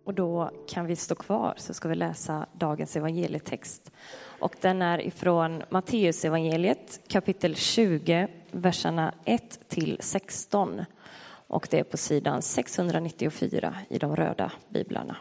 Och då kan vi stå kvar så ska vi läsa dagens evangelietext. Och den är ifrån Matteus evangeliet kapitel 20, verserna 1-16. Och det är på sidan 694 i de röda biblarna.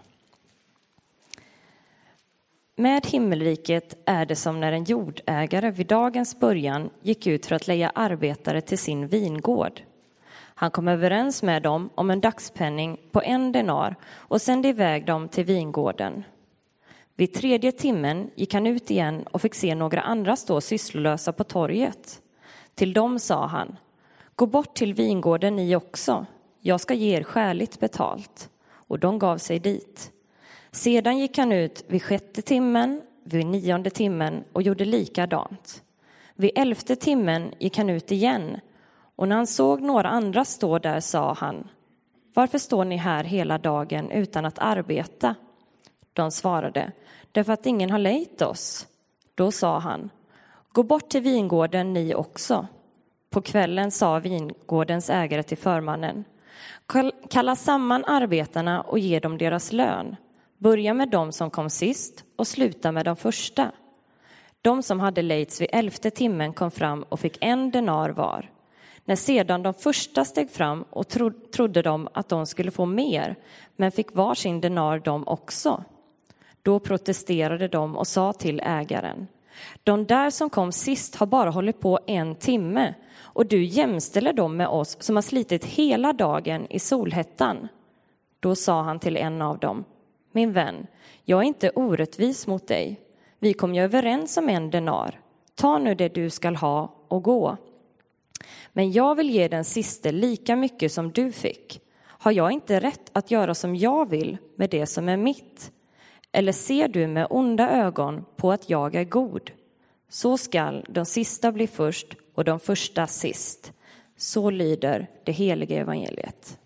Med himmelriket är det som när en jordägare vid dagens början gick ut för att leja arbetare till sin vingård. Han kom överens med dem om en dagspenning på 1 denar och sände iväg dem till vingården. Vid 3:e timmen gick han ut igen och fick se några andra stå sysslolösa på torget. Till dem sa han: gå bort till vingården ni också, jag ska ge er skäligt betalt. Och de gav sig dit. Sedan gick han ut vid 6:e timmen, vid 9:e timmen och gjorde likadant. Vid 11:e timmen gick han ut igen. Och när han såg några andra stå där sa han: varför står ni här hela dagen utan att arbeta? De svarade: därför att ingen har lejt oss. Då sa han: gå bort till vingården ni också. På kvällen sa vingårdens ägare till förmannen: kalla samman arbetarna och ge dem deras lön. Börja med dem som kom sist och sluta med de första. De som hade lejts vid 11:e timmen kom fram och fick 1 denar var. När sedan de första steg fram och trodde de att de skulle få mer, men fick var sin denar de också. Då protesterade de och sa till ägaren: de där som kom sist har bara hållit på 1 timme, och du jämställer dem med oss som har slitit hela dagen i solhettan. Då sa han till en av dem: min vän, jag är inte orättvis mot dig. Vi kom ju överens om 1 denar. Ta nu det du skall ha och gå. Men jag vill ge den siste lika mycket som du fick. Har jag inte rätt att göra som jag vill med det som är mitt? Eller ser du med onda ögon på att jag är god? Så skall de sista bli först och de första sist. Så lyder det heliga evangeliet.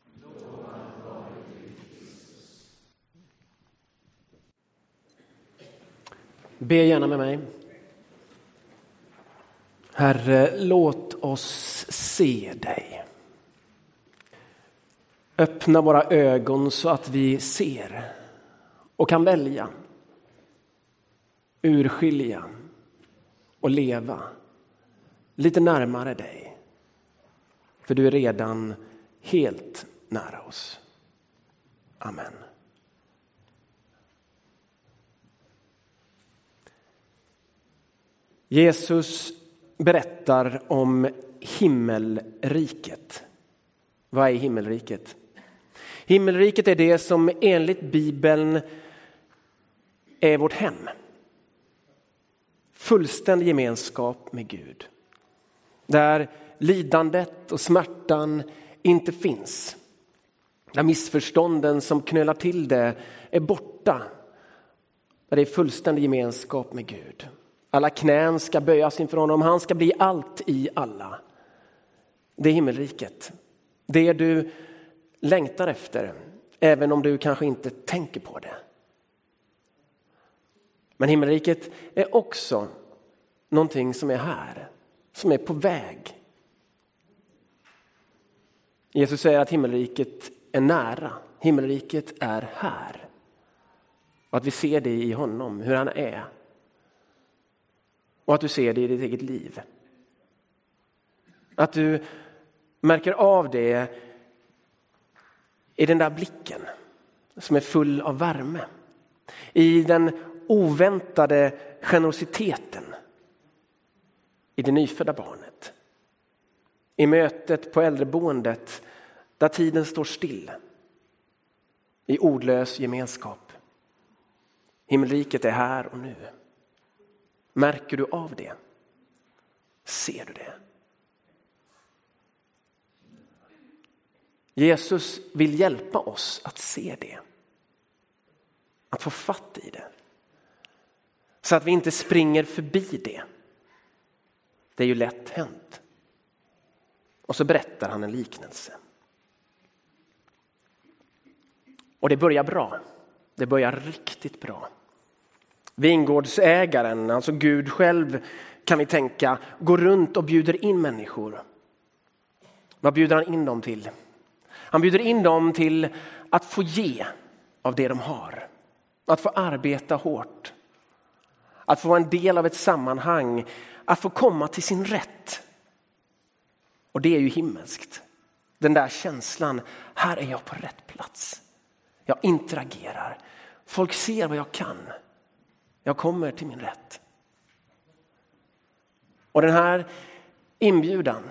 Be gärna med mig. Herre, låt oss se dig. Öppna våra ögon så att vi ser och kan välja, urskilja och leva lite närmare dig. För du är redan helt nära oss. Amen. Jesus berättar om himmelriket. Vad är himmelriket? Himmelriket är det som enligt Bibeln är vårt hem. Fullständig gemenskap med Gud. Där lidandet och smärtan inte finns. Där missförstånden som knölar till det är borta. Där det är fullständig gemenskap med Gud. Alla knän ska böjas inför honom. Han ska bli allt i alla. Det är himmelriket. Det du längtar efter. Även om du kanske inte tänker på det. Men himmelriket är också någonting som är här. Som är på väg. Jesus säger att himmelriket är nära. Himmelriket är här. Och att vi ser det i honom. Hur han är. Och att du ser det i ditt eget liv. Att du märker av det i den där blicken som är full av värme. I den oväntade generositeten i det nyfödda barnet. I mötet på äldreboendet där tiden står still. I ordlös gemenskap. Himmelriket är här och nu. Märker du av det? Ser du det? Jesus vill hjälpa oss att se det. Att få fatt i det. Så att vi inte springer förbi det. Det är ju lätt hänt. Och så berättar han en liknelse. Och det börjar bra. Det börjar riktigt bra. Vingårdsägaren, alltså Gud själv, kan vi tänka, går runt och bjuder in människor. Vad bjuder han in dem till? Han bjuder in dem till att få ge av det de har. Att få arbeta hårt. Att få vara en del av ett sammanhang. Att få komma till sin rätt. Och det är ju himmelskt. Den där känslan, här är jag på rätt plats. Jag interagerar. Folk ser vad jag kan. Jag kommer till min rätt. Och den här inbjudan,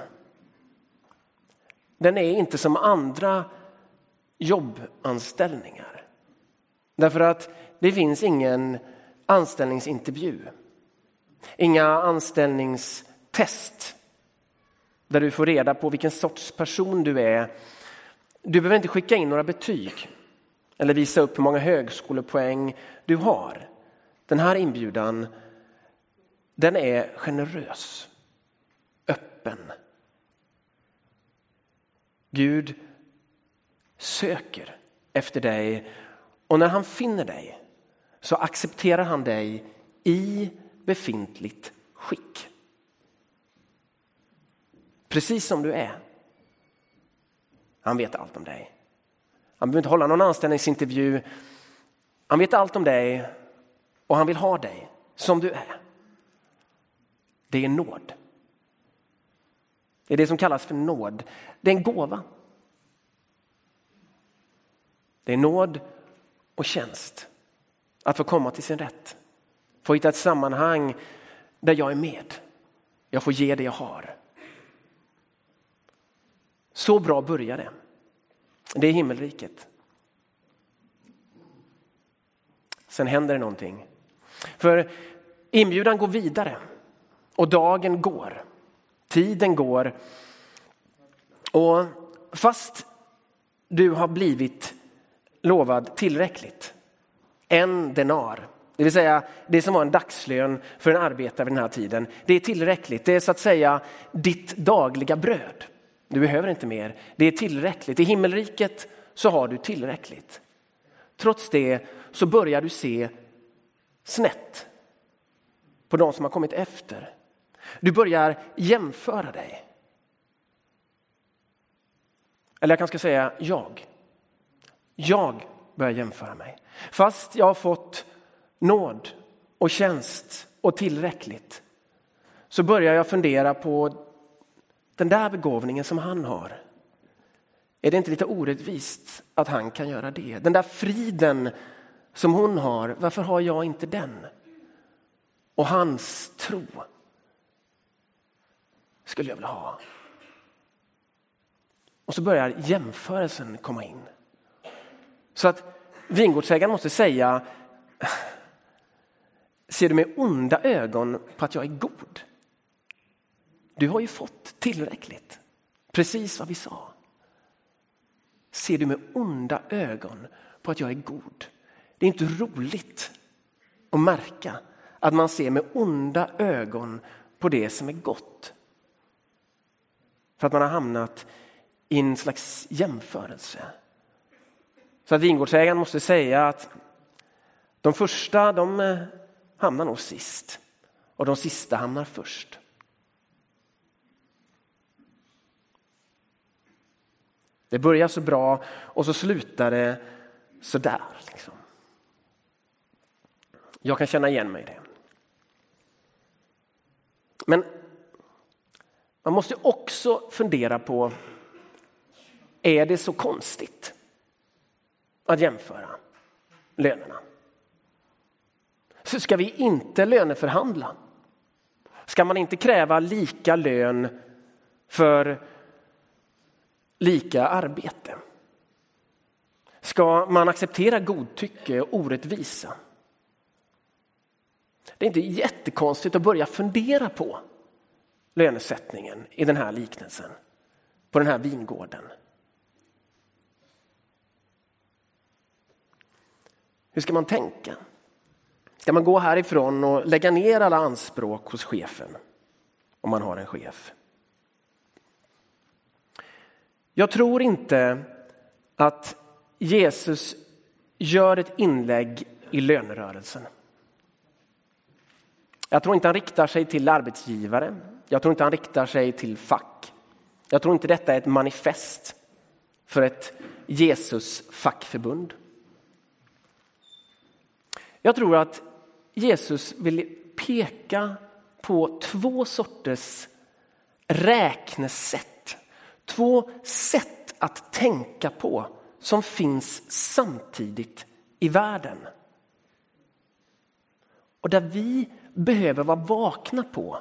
den är inte som andra jobbanställningar. Därför att det finns ingen anställningsintervju. Inga anställningstest där du får reda på vilken sorts person du är. Du behöver inte skicka in några betyg eller visa upp hur många högskolepoäng du har. Den här inbjudan, den är generös, öppen. Gud söker efter dig, och när han finner dig så accepterar han dig i befintligt skick. Precis som du är. Han vet allt om dig. Han behöver inte hålla någon anställningsintervju. Han vet allt om dig och han vill ha dig som du är. Det är nåd. Det är det som kallas för nåd. Det är en gåva. Det är nåd och tjänst. Att få komma till sin rätt. Få hitta ett sammanhang där jag är med. Jag får ge det jag har. Så bra börjar det. Det är himmelriket. Sen händer det någonting. För inbjudan går vidare. Och dagen går. Tiden går. Och fast du har blivit lovad tillräckligt. 1 denar. Det vill säga det som var en dagslön för en arbetare vid den här tiden. Det är tillräckligt. Det är så att säga ditt dagliga bröd. Du behöver inte mer. Det är tillräckligt. I himmelriket så har du tillräckligt. Trots det så börjar du se snett på de som har kommit efter. Du börjar jämföra dig. Eller jag kanske ska säga jag börjar jämföra mig. Fast jag har fått nåd och tjänst och tillräckligt, så börjar jag fundera på den där begåvningen som han har. Är det inte lite orättvist att han kan göra det? Den där friden som hon har, varför har jag inte den? Och hans tro skulle jag vilja ha. Och så börjar jämförelsen komma in. Så att vingårdsägaren måste säga: ser du med onda ögon på att jag är god? Du har ju fått tillräckligt. Precis vad vi sa. Ser du med onda ögon på att jag är god? Det är inte roligt att märka att man ser med onda ögon på det som är gott. För att man har hamnat i en slags jämförelse. Så att vingårdsägaren måste säga att de första, de hamnar nog sist. Och de sista hamnar först. Det börjar så bra och så slutar det så där. Liksom. Jag kan känna igen mig i det. Men man måste också fundera på, är det så konstigt att jämföra lönerna? Så ska vi inte löneförhandla? Ska man inte kräva lika lön för lika arbete? Ska man acceptera godtycke och orättvisa? Det är inte jättekonstigt att börja fundera på lönesättningen i den här liknelsen. På den här vingården. Hur ska man tänka? Ska man gå härifrån och lägga ner alla anspråk hos chefen? Om man har en chef. Jag tror inte att Jesus gör ett inlägg i lönerörelsen. Jag tror inte han riktar sig till arbetsgivare. Jag tror inte han riktar sig till fack. Jag tror inte detta är ett manifest för ett Jesus fackförbund. Jag tror att Jesus vill peka på två sorters räknesätt. Två sätt att tänka på som finns samtidigt i världen. Och där vi behöver vara vakna på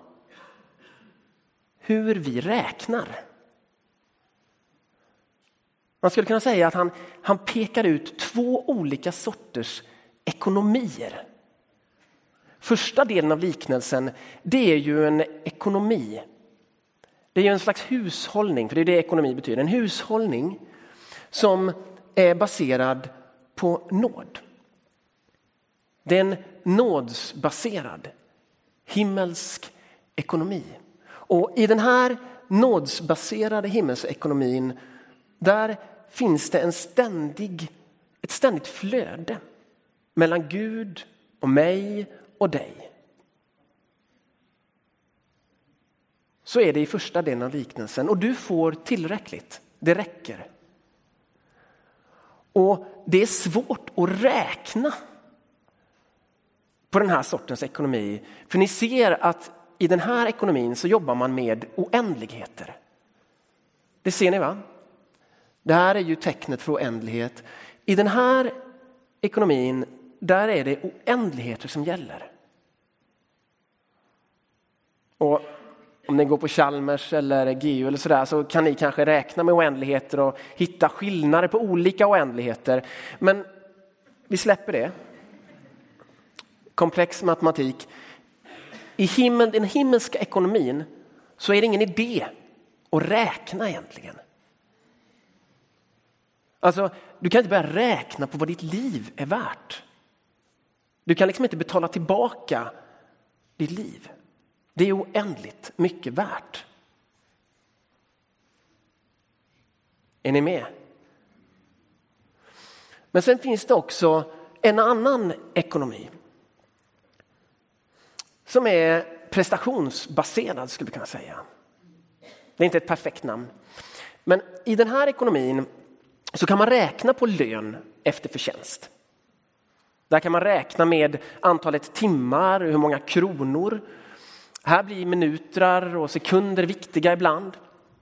hur vi räknar. Man skulle kunna säga att han pekar ut två olika sorters ekonomier. Första delen av liknelsen, det är ju en ekonomi. Det är ju en slags hushållning, för det är det ekonomi betyder. En hushållning som är baserad på nåd. Det är en nådsbaserad himmelsk ekonomi. Och i den här nådsbaserade himmelsekonomin, där finns det ett ständigt flöde mellan Gud och mig och dig. Så är det i första delen av liknelsen. Och du får tillräckligt. Det räcker. Och det är svårt att räkna på den här sortens ekonomi. För ni ser att i den här ekonomin så jobbar man med oändligheter. Det ser ni, va? Det här är ju tecknet för oändlighet. I den här ekonomin, där är det oändligheter som gäller. Och om ni går på Chalmers eller GU eller sådär, så kan ni kanske räkna med oändligheter och hitta skillnader på olika oändligheter. Men vi släpper det. Komplex matematik. I den himmelska ekonomin så är det ingen idé att räkna egentligen. Alltså, du kan inte börja räkna på vad ditt liv är värt. Du kan liksom inte betala tillbaka ditt liv. Det är oändligt mycket värt. Är ni med? Men sen finns det också en annan ekonomi som är prestationsbaserad, skulle vi kunna säga. Det är inte ett perfekt namn. Men i den här ekonomin så kan man räkna på lön efter förtjänst. Där kan man räkna med antalet timmar, hur många kronor. Här blir minuter och sekunder viktiga ibland.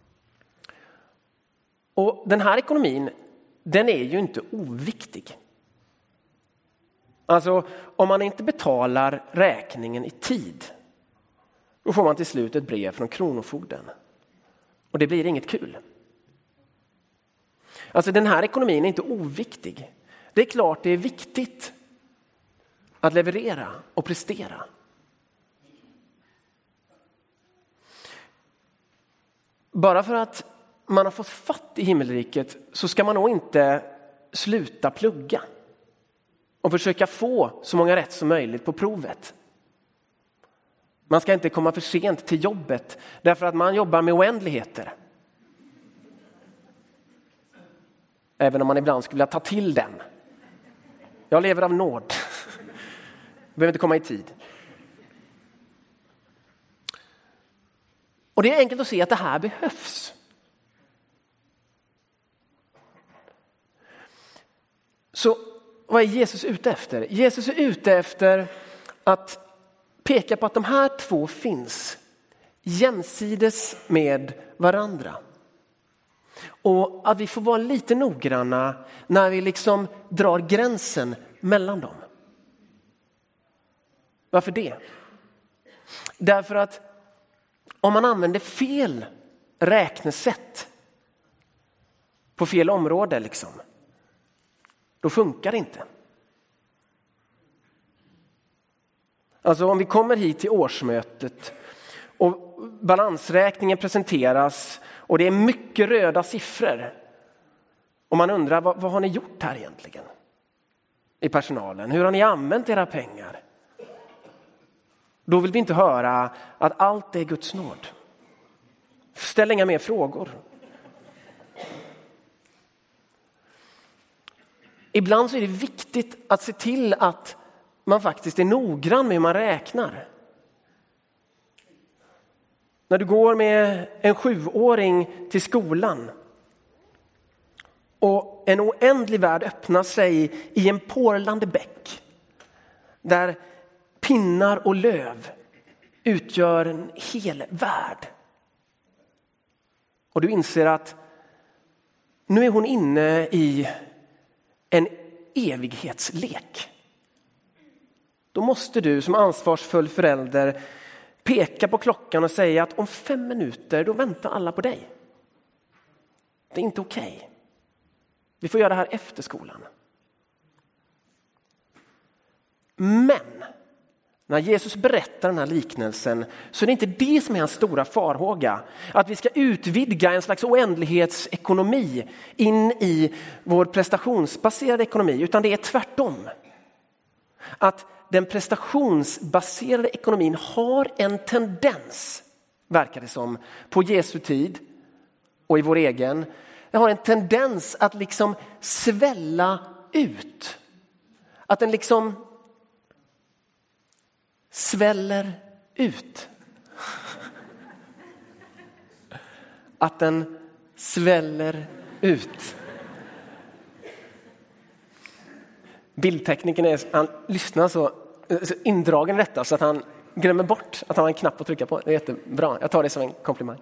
Och den här ekonomin, den är ju inte oviktig. Alltså, om man inte betalar räkningen i tid, då får man till slut ett brev från kronofogden. Och det blir inget kul. Alltså, den här ekonomin är inte oviktig. Det är klart det är viktigt att leverera och prestera. Bara för att man har fått fatt i himmelriket så ska man nog inte sluta plugga och försöka få så många rätt som möjligt på provet. Man ska inte komma för sent till jobbet därför att man jobbar med oändligheter. Även om man ibland skulle vilja ta till den. Jag lever av nåd. Behöver inte komma i tid. Och det är enkelt att se att det här behövs. Så vad är Jesus ute efter? Jesus är ute efter att peka på att de här två finns jämsides med varandra. Och att vi får vara lite noggranna när vi liksom drar gränsen mellan dem. Varför det? Därför att om man använder fel räknesätt på fel område liksom, då funkar det inte. Alltså om vi kommer hit till årsmötet och balansräkningen presenteras och det är mycket röda siffror och man undrar vad har ni gjort här egentligen i personalen? Hur har ni använt era pengar? Då vill vi inte höra att allt är Guds nåd. Ställ inga mer frågor. Ibland så är det viktigt att se till att man faktiskt är noggrann med hur man räknar. När du går med en 7-åring till skolan och en oändlig värld öppnar sig i en porlande bäck. där pinnar och löv utgör en hel värld. Och du inser att nu är hon inne i en evighetslek. Då måste du som ansvarsfull förälder peka på klockan och säga att om 5 minuter då väntar alla på dig. Det är inte okej. Vi får göra det här efter skolan. Men när Jesus berättar den här liknelsen så är det inte det som är hans stora farhåga. Att vi ska utvidga en slags oändlighetsekonomi in i vår prestationsbaserade ekonomi. Utan det är tvärtom. Att den prestationsbaserade ekonomin har en tendens, verkar det som, på Jesu tid och i vår egen. Den har en tendens att liksom svälla ut. Att den liksom sväller ut. Att den sväller ut. Bildtekniken han lyssnar så indragen i detta så att han glömmer bort att han har en knapp att trycka på. Det är jättebra. Jag tar det som en komplimang.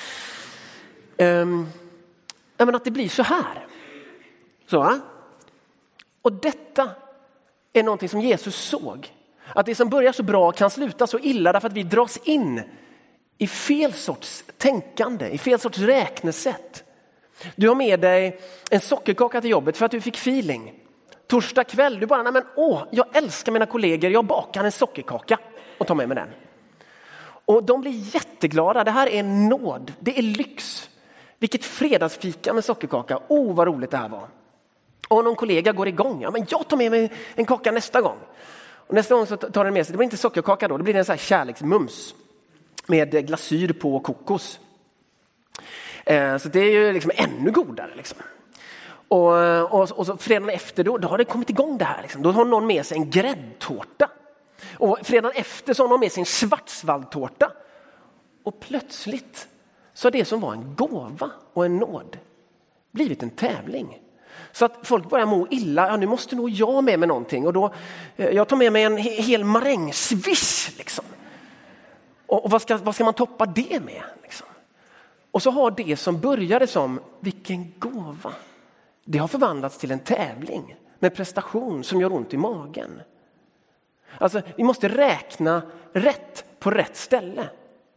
Men att det blir så här. Så. Och detta är någonting som Jesus såg. Att det som börjar så bra kan sluta så illa därför att vi dras in i fel sorts tänkande, i fel sorts räknesätt. Du har med dig en sockerkaka till jobbet för att du fick feeling. Torsdag kväll, du bara, jag älskar mina kollegor, jag bakar en sockerkaka och tar med mig den. Och de blir jätteglada, det här är nåd, det är lyx. Vilket fredagsfika med sockerkaka, vad roligt det här var. Och någon kollega går igång, men jag tar med mig en kaka nästa gång. Och nästa gång så tar den med sig, det blir inte sockerkaka då, det blir en sån här kärleksmums med glasyr på kokos. Så det är ju liksom ännu godare liksom. Och så fredagen efter då har det kommit igång det här. Liksom. Då har någon med sig en gräddtårta. Och fredagen efter så har någon med sig en schwarzwaldtårta. Och plötsligt så har det som var en gåva och en nåd blivit en tävling. Så att folk börjar må illa. Ja, nu måste nog jag med mig någonting. Och då, jag tar med mig en hel marängsviss. Liksom. Och vad ska man toppa det med? Liksom? Och så har det som började som vilken gåva. Det har förvandlats till en tävling med prestation som gör ont i magen. Alltså, vi måste räkna rätt på rätt ställe.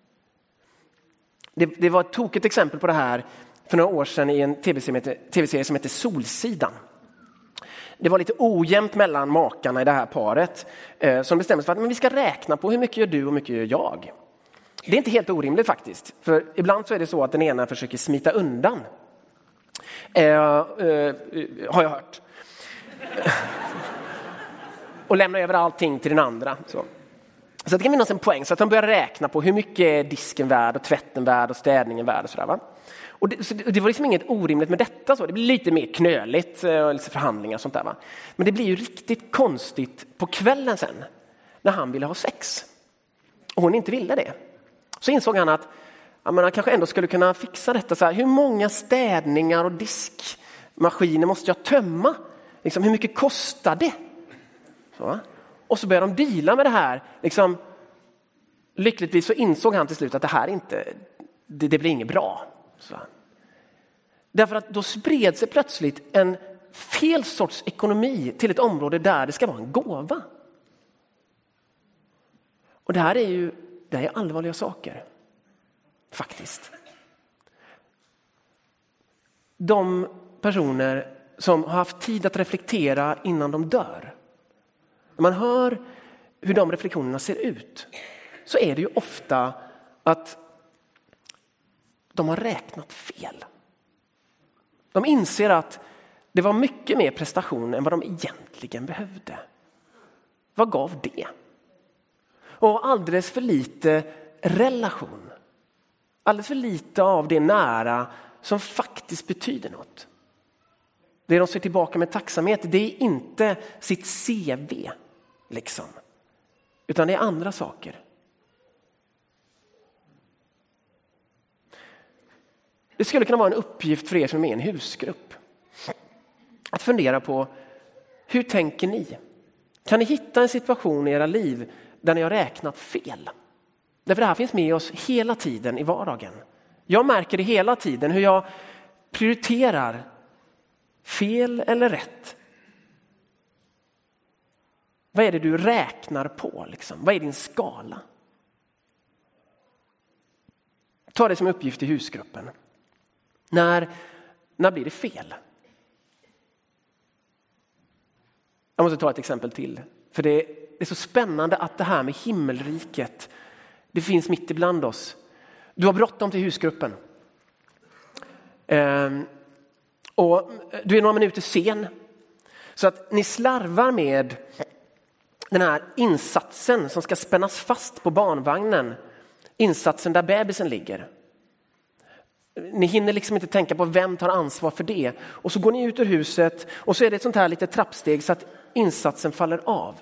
Det var ett tokigt exempel på det här för några år sedan i en tv-serie som heter Solsidan. Det var lite ojämnt mellan makarna i det här paret som bestämde sig för att vi ska räkna på hur mycket gör du och hur mycket gör jag. Det är inte helt orimligt faktiskt. För ibland så är det så att den ena försöker smita undan. Har jag hört. Och lämna över allting till den andra. Så det kan finnas en poäng så att de börjar räkna på hur mycket är disken värd och tvätten värd och städningen värd och sådär va. Och det var liksom inget orimligt med detta så. Det blir lite mer knöligt och lite förhandlingar och sånt där va. Men det blir ju riktigt konstigt på kvällen sen när han ville ha sex. Och hon inte ville det. Så insåg han att han kanske ändå skulle kunna fixa detta så här. Hur många städningar och diskmaskiner måste jag tömma? Liksom, hur mycket kostar det? Så. Och så började de deala med det här. Liksom, lyckligtvis så insåg han till slut att det här inte, det blir inget bra. Så. Därför att då spred sig plötsligt en fel sorts ekonomi till ett område där det ska vara en gåva. Och det här är allvarliga saker. Faktiskt. De personer som har haft tid att reflektera innan de dör. När man hör hur de reflektionerna ser ut så är det ju ofta att de har räknat fel. De inser att det var mycket mer prestation än vad de egentligen behövde. Vad gav det? Och alldeles för lite relation. Alldeles för lite av det nära som faktiskt betyder något. Det de ser tillbaka med tacksamhet, det är inte sitt CV liksom. Utan det är andra saker. Det skulle kunna vara en uppgift för er som är med i en husgrupp. Att fundera på, hur tänker ni? Kan ni hitta en situation i era liv där ni har räknat fel? Därför det här finns med oss hela tiden i vardagen. Jag märker det hela tiden hur jag prioriterar fel eller rätt. Vad är det du räknar på? Liksom? Vad är din skala? Ta det som uppgift i husgruppen. När blir det fel? Jag måste ta ett exempel till. För det är så spännande att det här med himmelriket, det finns mitt ibland oss. Du har bråttom till husgruppen. Och du är några minuter sen. Så att ni slarvar med den här insatsen som ska spännas fast på barnvagnen. Insatsen där bebisen ligger. Ni hinner liksom inte tänka på vem tar ansvar för det. Och så går ni ut ur huset och så är det ett sånt här litet trappsteg så att insatsen faller av.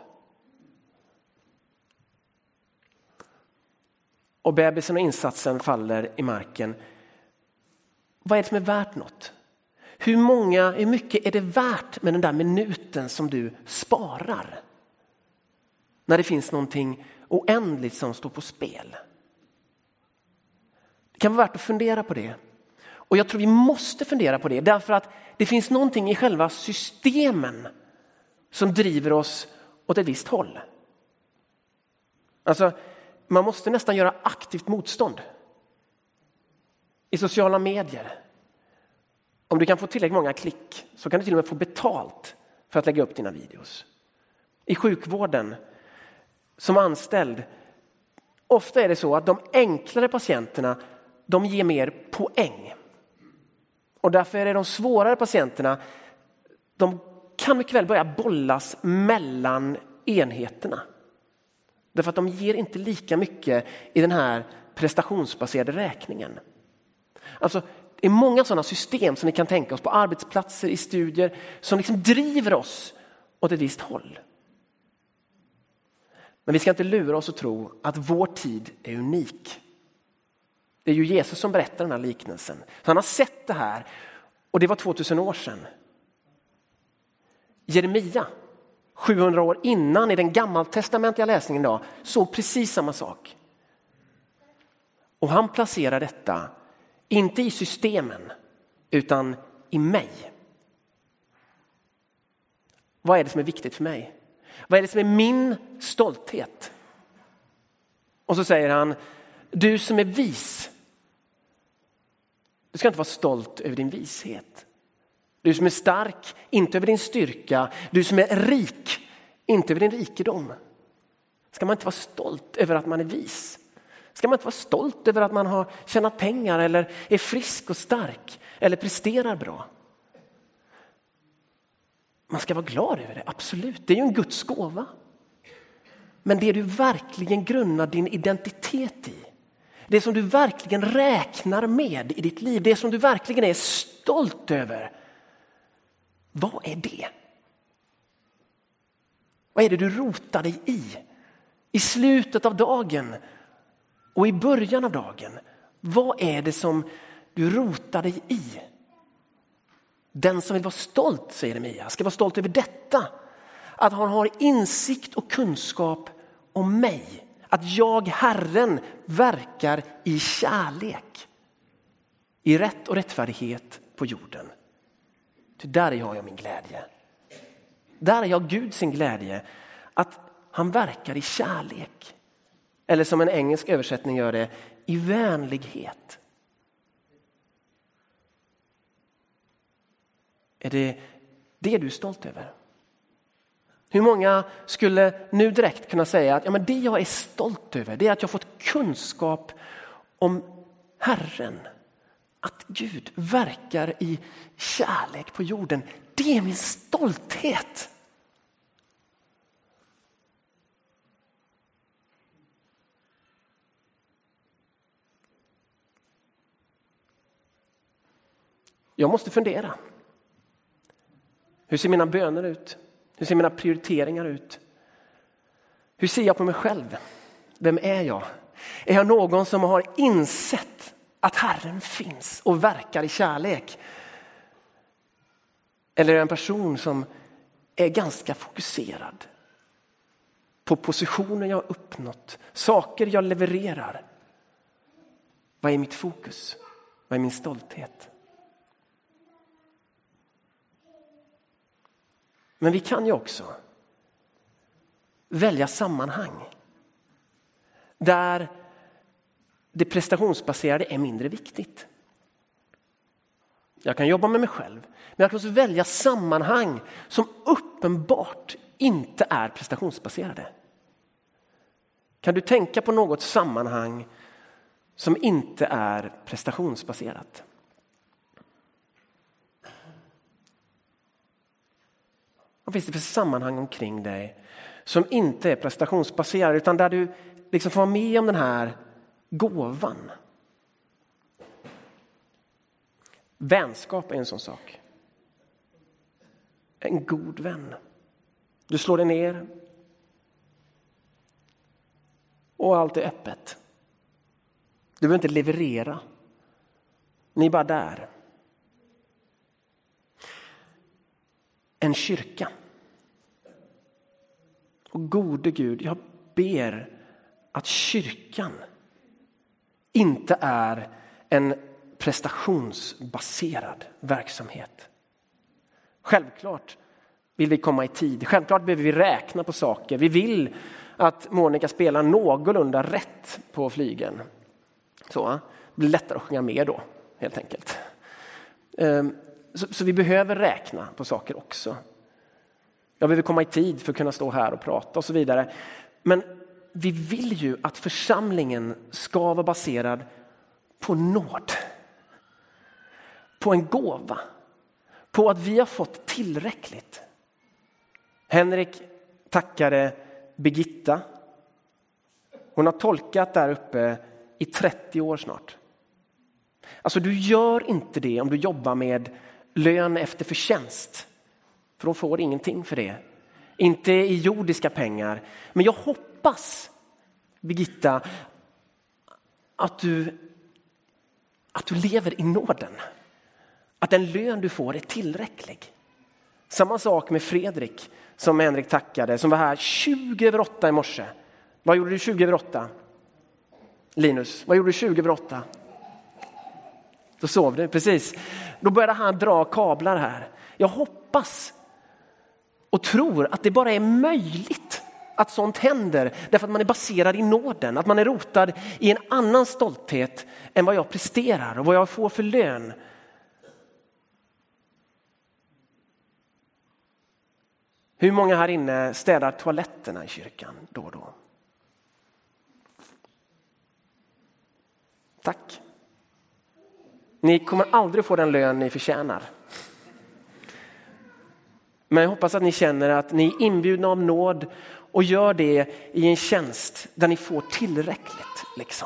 Och bebisen och insatsen faller i marken. Vad är det som är värt något? Hur mycket är det värt med den där minuten som du sparar? När det finns någonting oändligt som står på spel. Det kan vara värt att fundera på det. Och jag tror vi måste fundera på det. Därför att det finns någonting i själva systemen som driver oss åt ett visst håll. Alltså, man måste nästan göra aktivt motstånd. I sociala medier. Om du kan få tillräckligt många klick så kan du till och med få betalt för att lägga upp dina videos. I sjukvården som anställd, ofta är det så att de enklare patienterna, de ger mer poäng. Och därför är det de svårare patienterna, de kan mycket väl börja bollas mellan enheterna. Därför att de ger inte lika mycket i den här prestationsbaserade räkningen. Alltså, det är många sådana system som ni kan tänka oss på arbetsplatser, i studier, som liksom driver oss åt ett visst håll. Men vi ska inte lura oss och tro att vår tid är unik. Det är ju Jesus som berättar den här liknelsen. Så han har sett det här och det var 2000 år sedan. Jeremia, 700 år innan i den gammaltestamentliga läsningen idag, såg precis samma sak. Och han placerar detta inte i systemen utan i mig. Vad är det som är viktigt för mig? Vad är det som är min stolthet? Och så säger han, du som är vis, du ska inte vara stolt över din vishet. Du som är stark, inte över din styrka. Du som är rik, inte över din rikedom. Ska man inte vara stolt över att man är vis? Ska man inte vara stolt över att man har tjänat pengar eller är frisk och stark eller presterar bra? Man ska vara glad över det, absolut. Det är ju en Guds gåva. Men det du verkligen grundar din identitet i, det som du verkligen räknar med i ditt liv, det som du verkligen är stolt över, vad är det? Vad är det du rotar dig i? I slutet av dagen och i början av dagen. Vad är det som du rotar dig i? Den som vill vara stolt, säger Jeremia, ska vara stolt över detta. Att han har insikt och kunskap om mig. Att jag, Herren, verkar i kärlek. I rätt och rättfärdighet på jorden. Ty där har jag min glädje. Där är jag Gud sin glädje. Att han verkar i kärlek. Eller som en engelsk översättning gör det, i vänlighet. Är det du är stolt över? Hur många skulle nu direkt kunna säga att men det jag är stolt över, det är att jag fått kunskap om Herren. Att Gud verkar i kärlek på jorden. Det är min stolthet. Jag måste fundera. Hur ser mina böner ut? Hur ser mina prioriteringar ut? Hur ser jag på mig själv? Vem är jag? Är jag någon som har insett att Herren finns och verkar i kärlek? Eller är jag en person som är ganska fokuserad på positioner jag har uppnått, saker jag levererar. Vad är mitt fokus? Vad är min stolthet? Men vi kan ju också välja sammanhang där det prestationsbaserade är mindre viktigt. Jag kan jobba med mig själv, men jag kan också välja sammanhang som uppenbart inte är prestationsbaserade. Kan du tänka på något sammanhang som inte är prestationsbaserat? Vad finns det för sammanhang omkring dig som inte är prestationsbaserade, utan där du liksom får vara med om den här gåvan? Vänskap är en sån sak. En god vän. Du slår dig ner och allt är öppet. Du behöver inte leverera. Ni är bara där. En kyrka. Och gode Gud, jag ber att kyrkan inte är en prestationsbaserad verksamhet. Självklart vill vi komma i tid. Självklart behöver vi räkna på saker. Vi vill att Monica spelar någorlunda rätt på flygen. Så det blir lättare att sjunga med då, helt enkelt. Så vi behöver räkna på saker också. Jag behöver komma i tid för att kunna stå här och prata och så vidare. Men vi vill ju att församlingen ska vara baserad på nåd. På en gåva. På att vi har fått tillräckligt. Henrik tackade Birgitta. Hon har tolkat där uppe i 30 år snart. Alltså du gör inte det om du jobbar med lön efter förtjänst. För de får ingenting för det. Inte i jordiska pengar. Men jag hoppas, Birgitta, att du lever i nåden. Att den lön du får är tillräcklig. Samma sak med Fredrik som Henrik tackade. Som var här 7:20 i morse. Vad gjorde du 7:20? Linus, vad gjorde du 7:20? Då sov du, precis. Då började han dra kablar här. Jag hoppas och tror att det bara är möjligt att sånt händer. Därför att man är baserad i nåden. Att man är rotad i en annan stolthet än vad jag presterar och vad jag får för lön. Hur många här inne städar toaletterna i kyrkan då och då? Tack. Ni kommer aldrig få den lön ni förtjänar. Men jag hoppas att ni känner att ni är inbjudna av nåd och gör det i en tjänst där ni får tillräckligt. Liksom.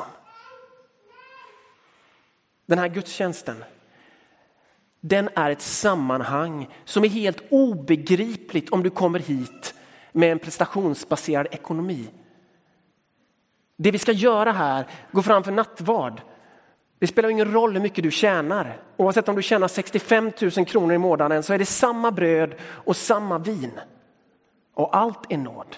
Den här gudstjänsten, den är ett sammanhang som är helt obegripligt om du kommer hit med en prestationsbaserad ekonomi. Det vi ska göra här, gå fram för nattvard. Det spelar ingen roll hur mycket du tjänar. Oavsett om du tjänar 65 000 kronor i månaden så är det samma bröd och samma vin. Och allt är nåd.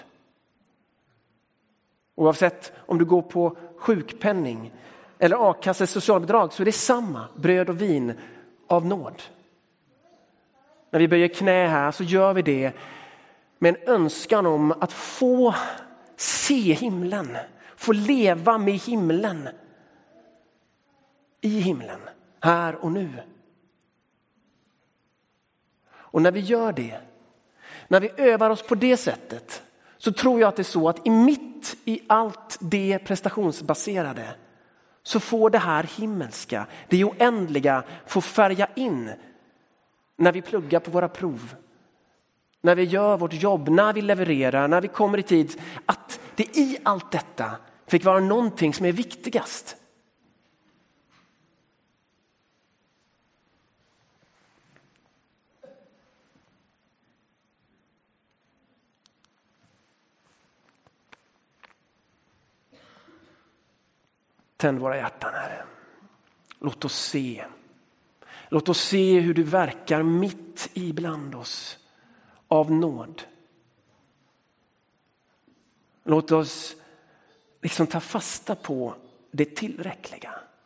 Oavsett om du går på sjukpenning eller a-kassas socialbidrag så är det samma bröd och vin av nåd. När vi böjer knä här så gör vi det med en önskan om att få se himlen. Få leva med himlen. I himlen, här och nu. Och när vi gör det, när vi övar oss på det sättet, så tror jag att det är så att mitt i allt det prestationsbaserade så får det här himmelska, det oändliga, få färga in när vi pluggar på våra prov. När vi gör vårt jobb, när vi levererar, när vi kommer i tid. Att det i allt detta fick vara någonting som är viktigast. Tänd våra hjärtan, Herre. Låt oss se. Låt oss se hur du verkar mitt ibland oss av nåd. Låt oss liksom ta fasta på det tillräckliga.